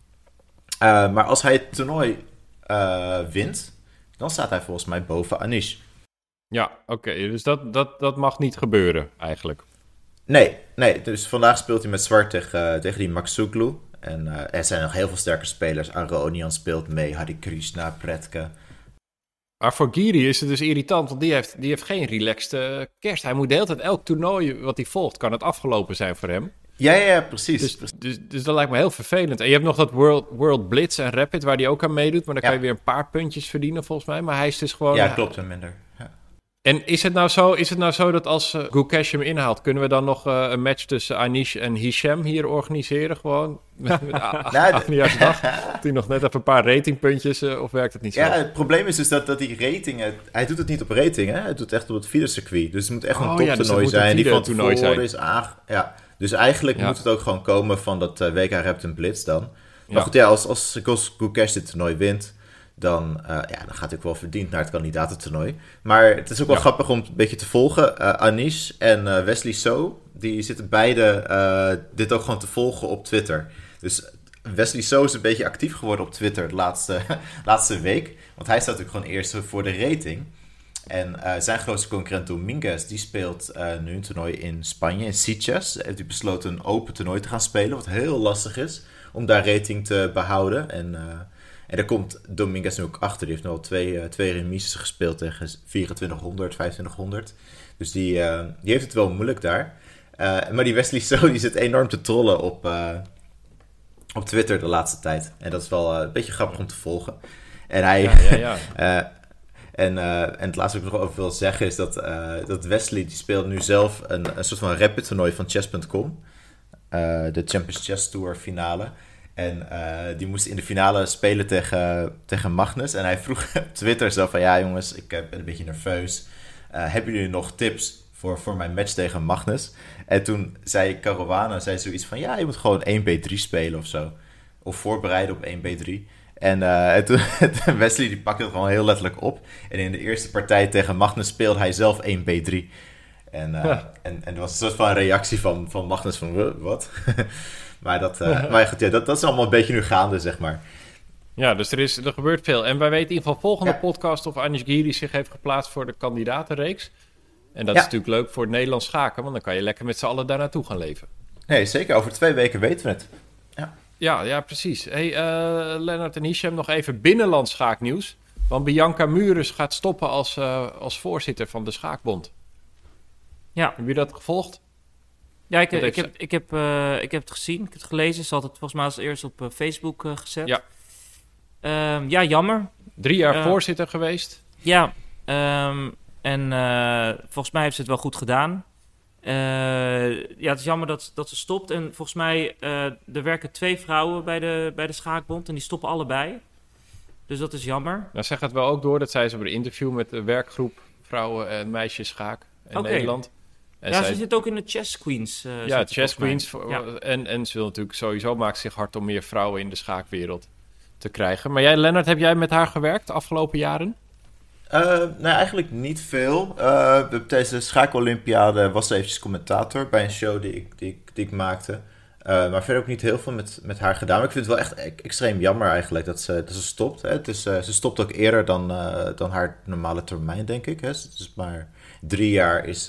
Maar als hij het toernooi wint, dan staat hij volgens mij boven Anish. Ja, oké. Dus dat mag niet gebeuren, eigenlijk. Nee. Dus vandaag speelt hij met zwart tegen die Makhlouf. En er zijn nog heel veel sterke spelers. Aronian speelt mee, Hare Krishna, Pretke. Maar voor Giri is het dus irritant, want die heeft geen relaxed kerst. Hij moet de hele tijd, elk toernooi wat hij volgt, kan het afgelopen zijn voor hem. Ja, precies. Dus dat lijkt me heel vervelend. En je hebt nog dat World Blitz en Rapid, waar hij ook aan meedoet. Maar dan kan je weer een paar puntjes verdienen, volgens mij. Maar hij is dus gewoon... Ja, klopt, en minder. Ja. En is het nou zo dat als Gukesh hem inhaalt, kunnen we dan nog een match tussen Anish en Hisham hier organiseren? Gewoon met Oudejaarsdag? Dat hij nog net even een paar ratingpuntjes, of werkt het niet zo? Ja, het probleem is dus dat die ratingen... Hij doet het niet op rating, hè? Hij doet het echt op het feedercircuit. Dus het moet echt een toptoernooi zijn die van tevoren is Ja, dus eigenlijk moet het ook gewoon komen van dat WK Repton Blitz dan. Maar goed, ja, als Gukesh dit toernooi wint, dan gaat hij ook wel verdiend naar het kandidatentoernooi. Maar het is ook wel grappig om het een beetje te volgen. Anish en Wesley So, die zitten beide dit ook gewoon te volgen op Twitter. Dus Wesley So is een beetje actief geworden op Twitter de laatste week. Want hij staat natuurlijk gewoon eerst voor de rating. En zijn grootste concurrent Dominguez, die speelt nu een toernooi in Spanje, in Sitges. Hij heeft besloten een open toernooi te gaan spelen, wat heel lastig is om daar rating te behouden. En daar komt Dominguez nu ook achter. Die heeft nu al twee remises gespeeld tegen 2400, 2500. Dus die heeft het wel moeilijk daar. Maar die Wesley So, die zit enorm te trollen op Twitter de laatste tijd. En dat is wel een beetje grappig om te volgen. En hij... En het laatste wat ik nog over wil zeggen is dat Wesley, die speelt nu zelf een soort van rapid toernooi van chess.com. De Champions Chess Tour finale. En die moest in de finale spelen tegen Magnus. En hij vroeg op Twitter zo van, ja jongens, ik ben een beetje nerveus. Hebben jullie nog tips voor mijn match tegen Magnus? En toen zei Caruana zoiets van, ja, je moet gewoon 1B3 spelen of zo. Of voorbereiden op 1B3. En toen Wesley die pakte het gewoon heel letterlijk op. En in de eerste partij tegen Magnus speelde hij zelf 1B3. En er was een soort van reactie van Magnus van, wat? Maar goed, dat is allemaal een beetje nu gaande, zeg maar. Ja, dus er gebeurt veel. En wij weten in ieder geval volgende podcast of Anish Giri zich heeft geplaatst voor de kandidatenreeks. En dat is natuurlijk leuk voor het Nederlands schaken, want dan kan je lekker met z'n allen daar naartoe gaan leven. Nee, zeker. Over 2 weken weten we het. Ja, precies. Hey, Lennart en Hisham, nog even binnenlands schaaknieuws. Want Bianca Mures gaat stoppen als voorzitter van de Schaakbond. Ja. Hebben jullie dat gevolgd? Ja, ik heb het gezien. Ik heb het gelezen. Ze had het volgens mij als eerst op Facebook gezet. Ja. Jammer. 3 jaar voorzitter geweest. Ja. En volgens mij heeft ze het wel goed gedaan. Het is jammer dat ze stopt. En volgens mij, er werken 2 vrouwen bij de Schaakbond. En die stoppen allebei. Dus dat is jammer. Nou, zij gaat wel ook door. Dat zei ze bij een interview met de werkgroep Vrouwen en Meisjes Schaak in Nederland. En ze zit ook in de Chess Queens. Chess Queens. En ze wil natuurlijk sowieso, maakt zich hard om meer vrouwen in de schaakwereld te krijgen. Maar jij, Lennart, heb jij met haar gewerkt de afgelopen jaren? Eigenlijk niet veel. Tijdens de schaakolympiade was ze eventjes commentator bij een show die ik maakte. Maar verder ook niet heel veel met haar gedaan. Maar ik vind het wel echt extreem jammer eigenlijk dat ze stopt. Hè. Ze stopt ook eerder dan haar normale termijn, denk ik. Hè. Dus maar 3 jaar is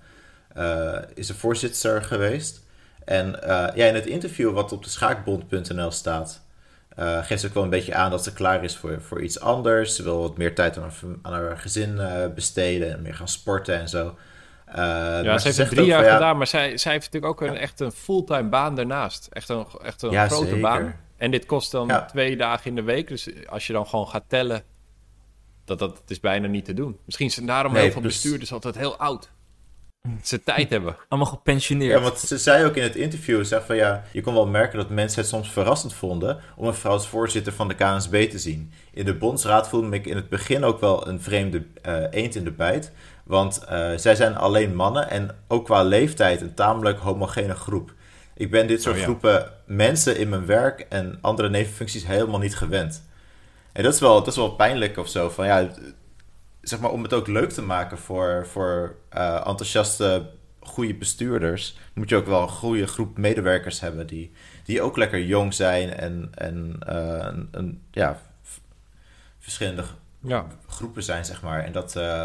ze voorzitter geweest. En in het interview wat op de schaakbond.nl staat, geeft ze ook wel een beetje aan dat ze klaar is voor iets anders. Ze wil wat meer tijd aan haar gezin besteden en meer gaan sporten en zo. Ja, maar ze heeft het zegt 3 ook jaar van, gedaan, maar zij heeft natuurlijk ook echt een fulltime baan daarnaast. Echt een Ja, grote zeker. baan. En dit kost dan Ja. 2 dagen in de week. Dus als je dan gewoon gaat tellen, dat is bijna niet te doen. Misschien zijn daarom Nee, heel veel plus- bestuurders altijd heel oud. Dat ze tijd hebben. Allemaal gepensioneerd. Ja, want ze zei ook in het interview, ze zei van ja, je kon wel merken dat mensen het soms verrassend vonden om een vrouw als voorzitter van de KNSB te zien. In de bondsraad voelde ik in het begin ook wel een vreemde eend in de bijt, want zij zijn alleen mannen en ook qua leeftijd een tamelijk homogene groep. Ik ben dit soort ja. groepen mensen in mijn werk en andere nevenfuncties helemaal niet gewend. En dat is wel pijnlijk of zo, van ja, zeg maar om het ook leuk te maken voor enthousiaste, goede bestuurders, moet je ook wel een goede groep medewerkers hebben die ook lekker jong zijn en verschillende Ja. groepen zijn, zeg maar. En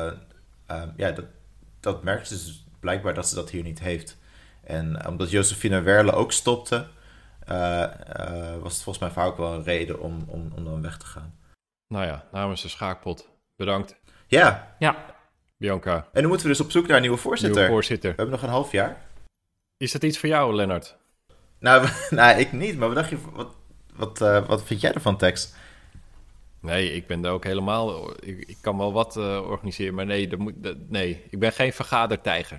dat merkt ze dus blijkbaar dat ze dat hier niet heeft. En omdat Josephine Werle ook stopte, was het volgens mij voor haar ook wel een reden om dan weg te gaan. Nou ja, namens de schaakpot. Bedankt, Ja, Ja, Bianca, en dan moeten we dus op zoek naar een nieuwe voorzitter. nieuwe voorzitter. We hebben nog een half jaar. Is dat iets voor jou, Lennart? Nou, ik niet, maar wat dacht je, wat vind jij ervan, Tex? Nee, ik ben daar ook helemaal... Ik kan wel wat organiseren, maar nee, nee, ik ben geen vergadertijger.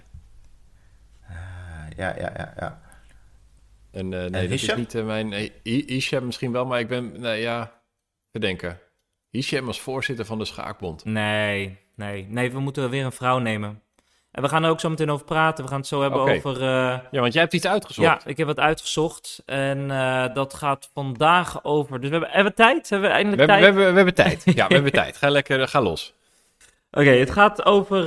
Ja. En nee, dat Hisham? is niet mijn... Nee, Hisham misschien wel, maar ik ben... Nou ja, bedenken. Hisham als voorzitter van de Schaakbond. nee, we moeten weer een vrouw nemen. En we gaan er ook zo meteen over praten. We gaan het zo hebben Oké. over... Ja, want jij hebt iets uitgezocht. Ja, ik heb wat uitgezocht. En dat gaat vandaag over... Dus hebben we tijd? Hebben we eindelijk tijd? We hebben tijd. Ja, we hebben tijd. Ga los. Oké, het gaat over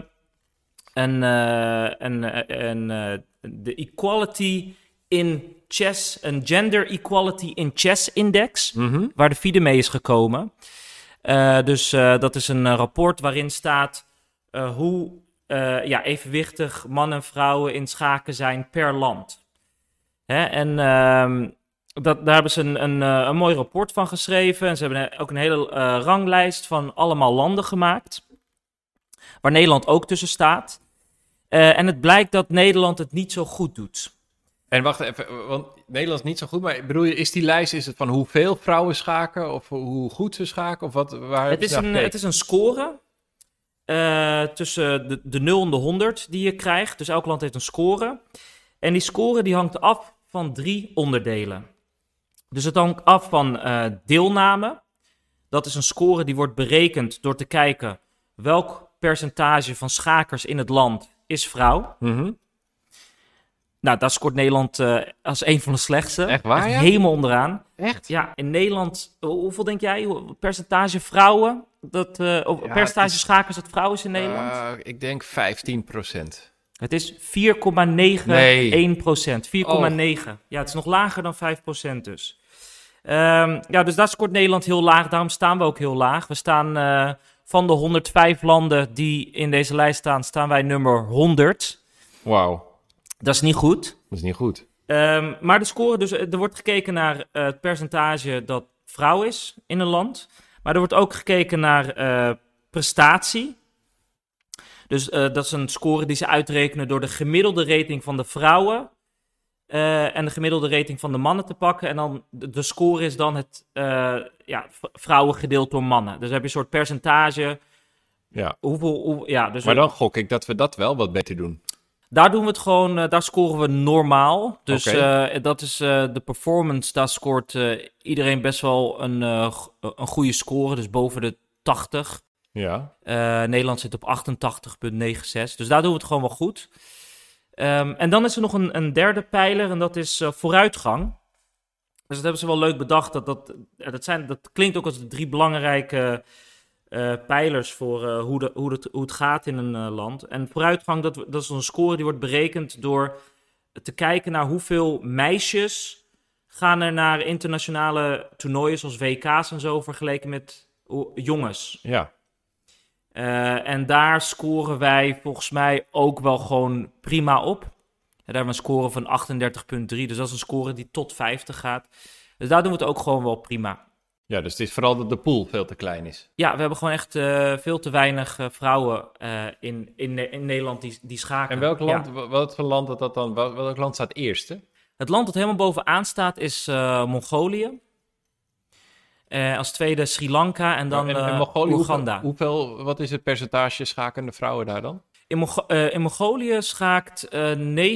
de equality in chess, een gender equality in chess index, Mhm. waar de FIDE mee is gekomen. Dat is een rapport waarin staat hoe evenwichtig mannen en vrouwen in schaken zijn per land. Hè? En daar hebben ze een mooi rapport van geschreven. En ze hebben ook een hele ranglijst van allemaal landen gemaakt, waar Nederland ook tussen staat. En het blijkt dat Nederland het niet zo goed doet. En wacht even, want Nederland is niet zo goed, maar bedoel je, is die lijst, is het van hoeveel vrouwen schaken of hoe goed ze schaken? Of wat, waar Het is een score tussen de 0 en de 100 die je krijgt. Dus elk land heeft een score. En die score die hangt af van 3 onderdelen. Dus het hangt af van deelname. Dat is een score die wordt berekend door te kijken welk percentage van schakers in het land is vrouw. Mhm. Nou, daar scoort Nederland als een van de slechtste. Echt waar, ja? Helemaal onderaan. Echt? Ja, in Nederland, hoeveel denk jij? Percentage vrouwen? Percentage schakers dat vrouwen is in Nederland? Ik denk 15%. Het is 4,91%. Nee. 4,9. Ja, het is nog lager dan 5% dus. Dus daar scoort Nederland heel laag. Daarom staan we ook heel laag. We staan van de 105 landen die in deze lijst staan wij nummer 100. Wauw, Dat is niet goed. dat is niet goed. Maar de score, dus er wordt gekeken naar het percentage dat vrouw is in een land. Maar er wordt ook gekeken naar prestatie. Dus dat is een score die ze uitrekenen door de gemiddelde rating van de vrouwen en de gemiddelde rating van de mannen te pakken. En dan de score is dan het vrouwen gedeeld door mannen. Dus dan heb je een soort percentage. Ja. Dus Maar dan gok ik dat we dat wel wat beter doen. daar doen we het gewoon, daar scoren we normaal. Dus Oké. dat is de performance, daar scoort iedereen best wel een goede score, dus boven de 80. Ja. Nederland zit op 88,96, dus daar doen we het gewoon wel goed. En dan is er nog een derde pijler en dat is vooruitgang. Dus dat hebben ze wel leuk bedacht. Dat klinkt ook als de 3 belangrijke pijlers voor hoe het gaat in een land. En vooruitgang, dat is een score die wordt berekend door te kijken naar hoeveel meisjes gaan er naar internationale toernooien zoals WK's en zo vergeleken met jongens. Ja. En daar scoren wij volgens mij ook wel gewoon prima op. En daar hebben we een score van 38,3. Dus dat is een score die tot 50 gaat. Dus daar doen we het ook gewoon wel prima. Ja, dus het is vooral dat de pool veel te klein is. Ja, we hebben gewoon echt veel te weinig vrouwen in Nederland die schaken. En welk land, Ja. wat voor land dat dan? Welk land staat eerste? Het land dat helemaal bovenaan staat is Mongolië. Als tweede Sri Lanka en dan en Mongolië, Oeganda. wat is het percentage schakende vrouwen daar dan? In Mongolië schaakt 39,9%,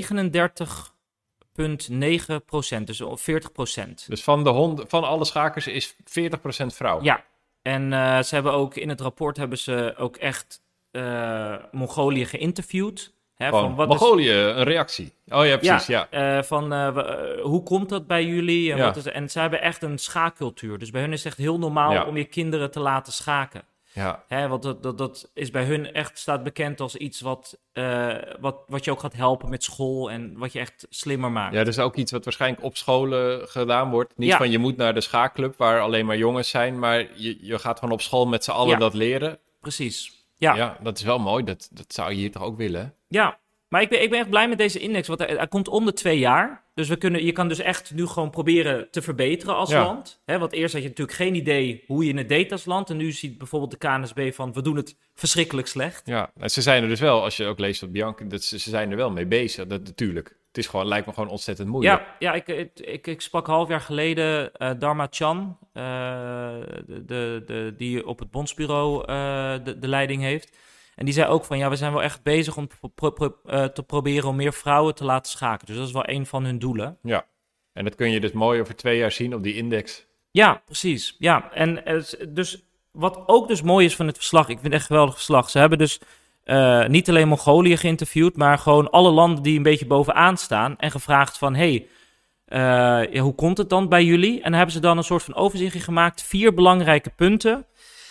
dus 40%. Dus van alle schakers is 40% vrouw. Ja, en ze hebben ook in het rapport hebben ze ook echt Mongolië geïnterviewd. Hè, Gewoon, van wat Mongolië, een reactie. Oh ja, precies, ja. Hoe komt dat bij jullie? En, Ja. en ze hebben echt een schaakcultuur. Dus bij hun is het echt heel normaal om je kinderen te laten schaken. Ja, Hè, want dat is bij hun echt, staat bekend als iets wat je ook gaat helpen met school en wat je echt slimmer maakt. ja, dat is ook iets wat waarschijnlijk op scholen gedaan wordt. Niet Ja. van je moet naar de schaakclub waar alleen maar jongens zijn, maar je gaat gewoon op school met z'n allen Ja. dat leren. Precies. Ja. Ja, dat is wel mooi. Dat zou je hier toch ook willen, hè? Ja, maar ik ben echt blij met deze index, want hij komt om de 2 jaar. Dus je kan dus echt nu gewoon proberen te verbeteren als Ja. land. Hè, want eerst had je natuurlijk geen idee hoe je het deed als land. En nu ziet bijvoorbeeld de KNSB van, we doen het verschrikkelijk slecht. Ja, en ze zijn er dus wel, als je ook leest op Bianca, ze zijn er wel mee bezig, dat natuurlijk. Het is gewoon, lijkt me gewoon ontzettend moeilijk. Ja, ik sprak half jaar geleden Dharma Chan, die op het bondsbureau de leiding heeft. En die zei ook van, ja, we zijn wel echt bezig om te proberen om meer vrouwen te laten schaken. Dus dat is wel een van hun doelen. Ja, en dat kun je dus mooi over 2 jaar zien op die index. Ja, precies. Ja, en dus wat ook dus mooi is van het verslag, ik vind het echt een geweldig verslag. Ze hebben dus niet alleen Mongolië geïnterviewd, maar gewoon alle landen die een beetje bovenaan staan en gevraagd van, hoe komt het dan bij jullie? En dan hebben ze dan een soort van overzichtje gemaakt, 4 belangrijke punten,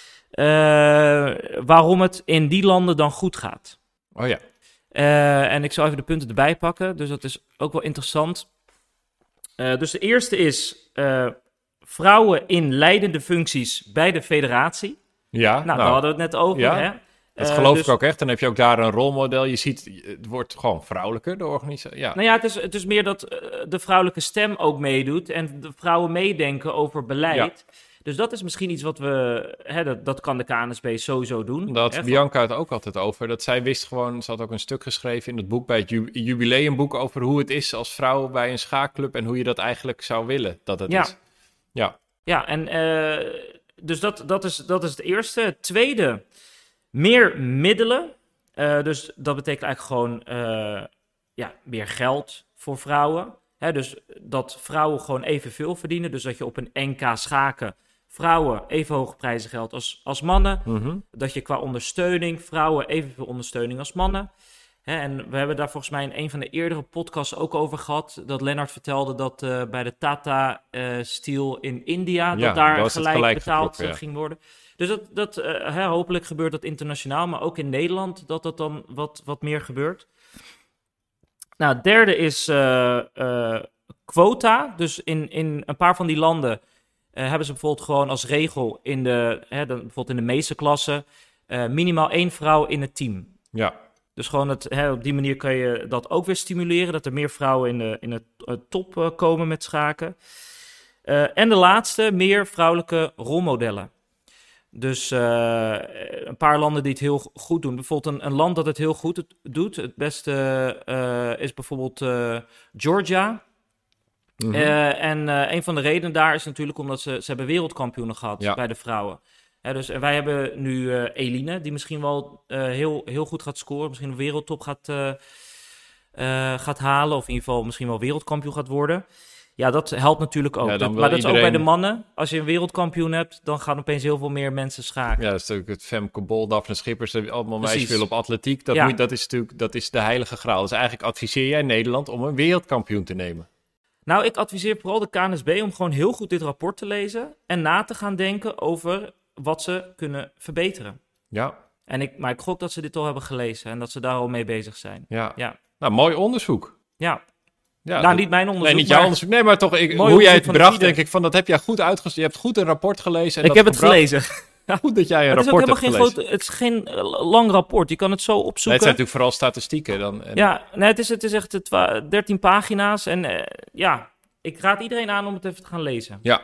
waarom het in die landen dan goed gaat. Oh ja. En ik zal even de punten erbij pakken, dus dat is ook wel interessant. Dus de eerste is vrouwen in leidende functies bij de federatie. Ja, Nou, daar hadden we het net over. ja. Hè? Dat geloof dus, ik ook echt. Dan heb je ook daar een rolmodel. Je ziet, het wordt gewoon vrouwelijker, de organisatie. Ja. Nou ja, het is meer dat de vrouwelijke stem ook meedoet en de vrouwen meedenken over beleid. Ja. Dus dat is misschien iets wat dat kan de KNSB sowieso doen. Daar had Bianca het ook altijd over. Dat zij wist gewoon, ze had ook een stuk geschreven in het boek, bij het jubileumboek, over hoe het is als vrouw bij een schaakclub en hoe je dat eigenlijk zou willen dat het is. Ja. Ja, en dus dat is het eerste. Het tweede, meer middelen. Dus dat betekent eigenlijk gewoon meer geld voor vrouwen. Hè, dus dat vrouwen gewoon evenveel verdienen. Dus dat je op een NK schaken vrouwen even hoge prijzengeld als mannen. Mm-hmm. Dat je qua ondersteuning vrouwen evenveel ondersteuning als mannen. Hè, en we hebben daar volgens mij in een van de eerdere podcasts ook over gehad. Dat Lennart vertelde dat bij de Tata Steel in India, dat daar gelijk betaald ging worden. Dus hopelijk gebeurt dat internationaal, maar ook in Nederland dat dan wat meer gebeurt. Nou, het derde is quota. Dus in een paar van die landen hebben ze bijvoorbeeld gewoon als regel bijvoorbeeld in de meesterklasse minimaal 1 vrouw in het team. Ja. Dus gewoon op die manier kan je dat ook weer stimuleren, dat er meer vrouwen in de top komen met schaken. En de laatste, meer vrouwelijke rolmodellen. Dus een paar landen die het heel goed doen. Bijvoorbeeld een land dat het heel goed doet. Het beste is bijvoorbeeld Georgia. Mm-hmm. En een van de redenen daar is natuurlijk omdat ze hebben wereldkampioenen gehad bij de vrouwen. Dus wij hebben nu Eline, die misschien wel heel goed gaat scoren. Misschien een wereldtop gaat halen. Of in ieder geval misschien wel wereldkampioen gaat worden. Ja, dat helpt natuurlijk ook. Ja, maar dat is ook bij de mannen. Als je een wereldkampioen hebt, dan gaan opeens heel veel meer mensen schaken. Ja, dat is natuurlijk het Femke Bol, Daphne Schippers, allemaal Precies. meisjes willen op atletiek. Dat is de heilige graal. Dus eigenlijk adviseer jij Nederland om een wereldkampioen te nemen. Nou, ik adviseer vooral de KNSB om gewoon heel goed dit rapport te lezen en na te gaan denken over wat ze kunnen verbeteren. Ja. Maar ik gok dat ze dit al hebben gelezen en dat ze daar al mee bezig zijn. Ja. Nou, mooi onderzoek. Ja. Ja, nou, niet mijn onderzoek. Nee, niet jouw onderzoek. Nee, maar toch, hoe jij het bracht, denk ik van, dat heb jij goed uitgezocht. Je hebt goed een rapport gelezen. En ik heb het gelezen. Goed dat jij een rapport hebt gelezen. Het is geen lang rapport. Je kan het zo opzoeken. Nee, het zijn natuurlijk vooral statistieken dan. Ja, nee, het is echt 13 pagina's. En ik raad iedereen aan om het even te gaan lezen. Ja,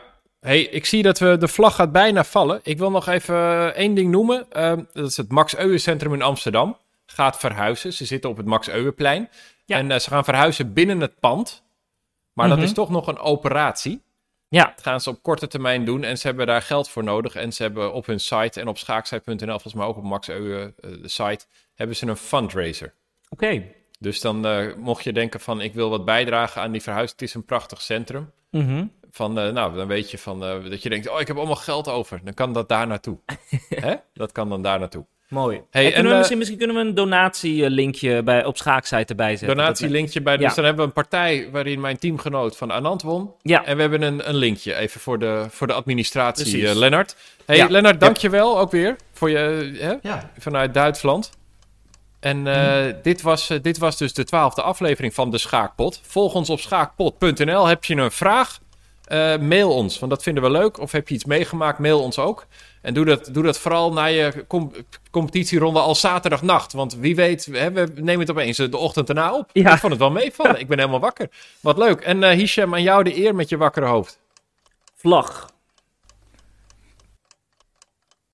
Hey, ik zie dat de vlag gaat bijna vallen. Ik wil nog even één ding noemen. Dat is het Max Euwe Centrum in Amsterdam. Gaat verhuizen. Ze zitten op het Max Euweplein. Ja. En ze gaan verhuizen binnen het pand. Maar dat is toch nog een operatie. Ja. Dat gaan ze op korte termijn doen. En ze hebben daar geld voor nodig. En ze hebben op hun site en op schaakzij.nl, volgens mij ook op Max Euwe de site, hebben ze een fundraiser. Oké. Dus dan mocht je denken van, ik wil wat bijdragen aan die verhuizing. Het is een prachtig centrum. Dan weet je dat je denkt, ik heb allemaal geld over. Dan kan dat daar naartoe. Hè? Dat kan dan daar naartoe. Mooi. Hey, Misschien kunnen we een donatielinkje op Schaakzij erbij zetten. Donatielinkje bij. Dus dan hebben we een partij waarin mijn teamgenoot van Anand won. Ja. En we hebben een linkje even voor de administratie, Precies. Lennart. Hey, Lennart, dankjewel ook weer voor je vanuit Duitsland. En dit was dus de 12e aflevering van de Schaakpot. Volg ons op schaakpot.nl. Heb je een vraag? Mail ons, want dat vinden we leuk. Of heb je iets meegemaakt, mail ons ook. En doe dat vooral na je competitieronde al zaterdagnacht. Want wie weet, we nemen het opeens de ochtend erna op. Ja. Ik vond het wel meevallen. Ik ben helemaal wakker. Wat leuk. En Hisham, aan jou de eer met je wakkere hoofd. Vlag.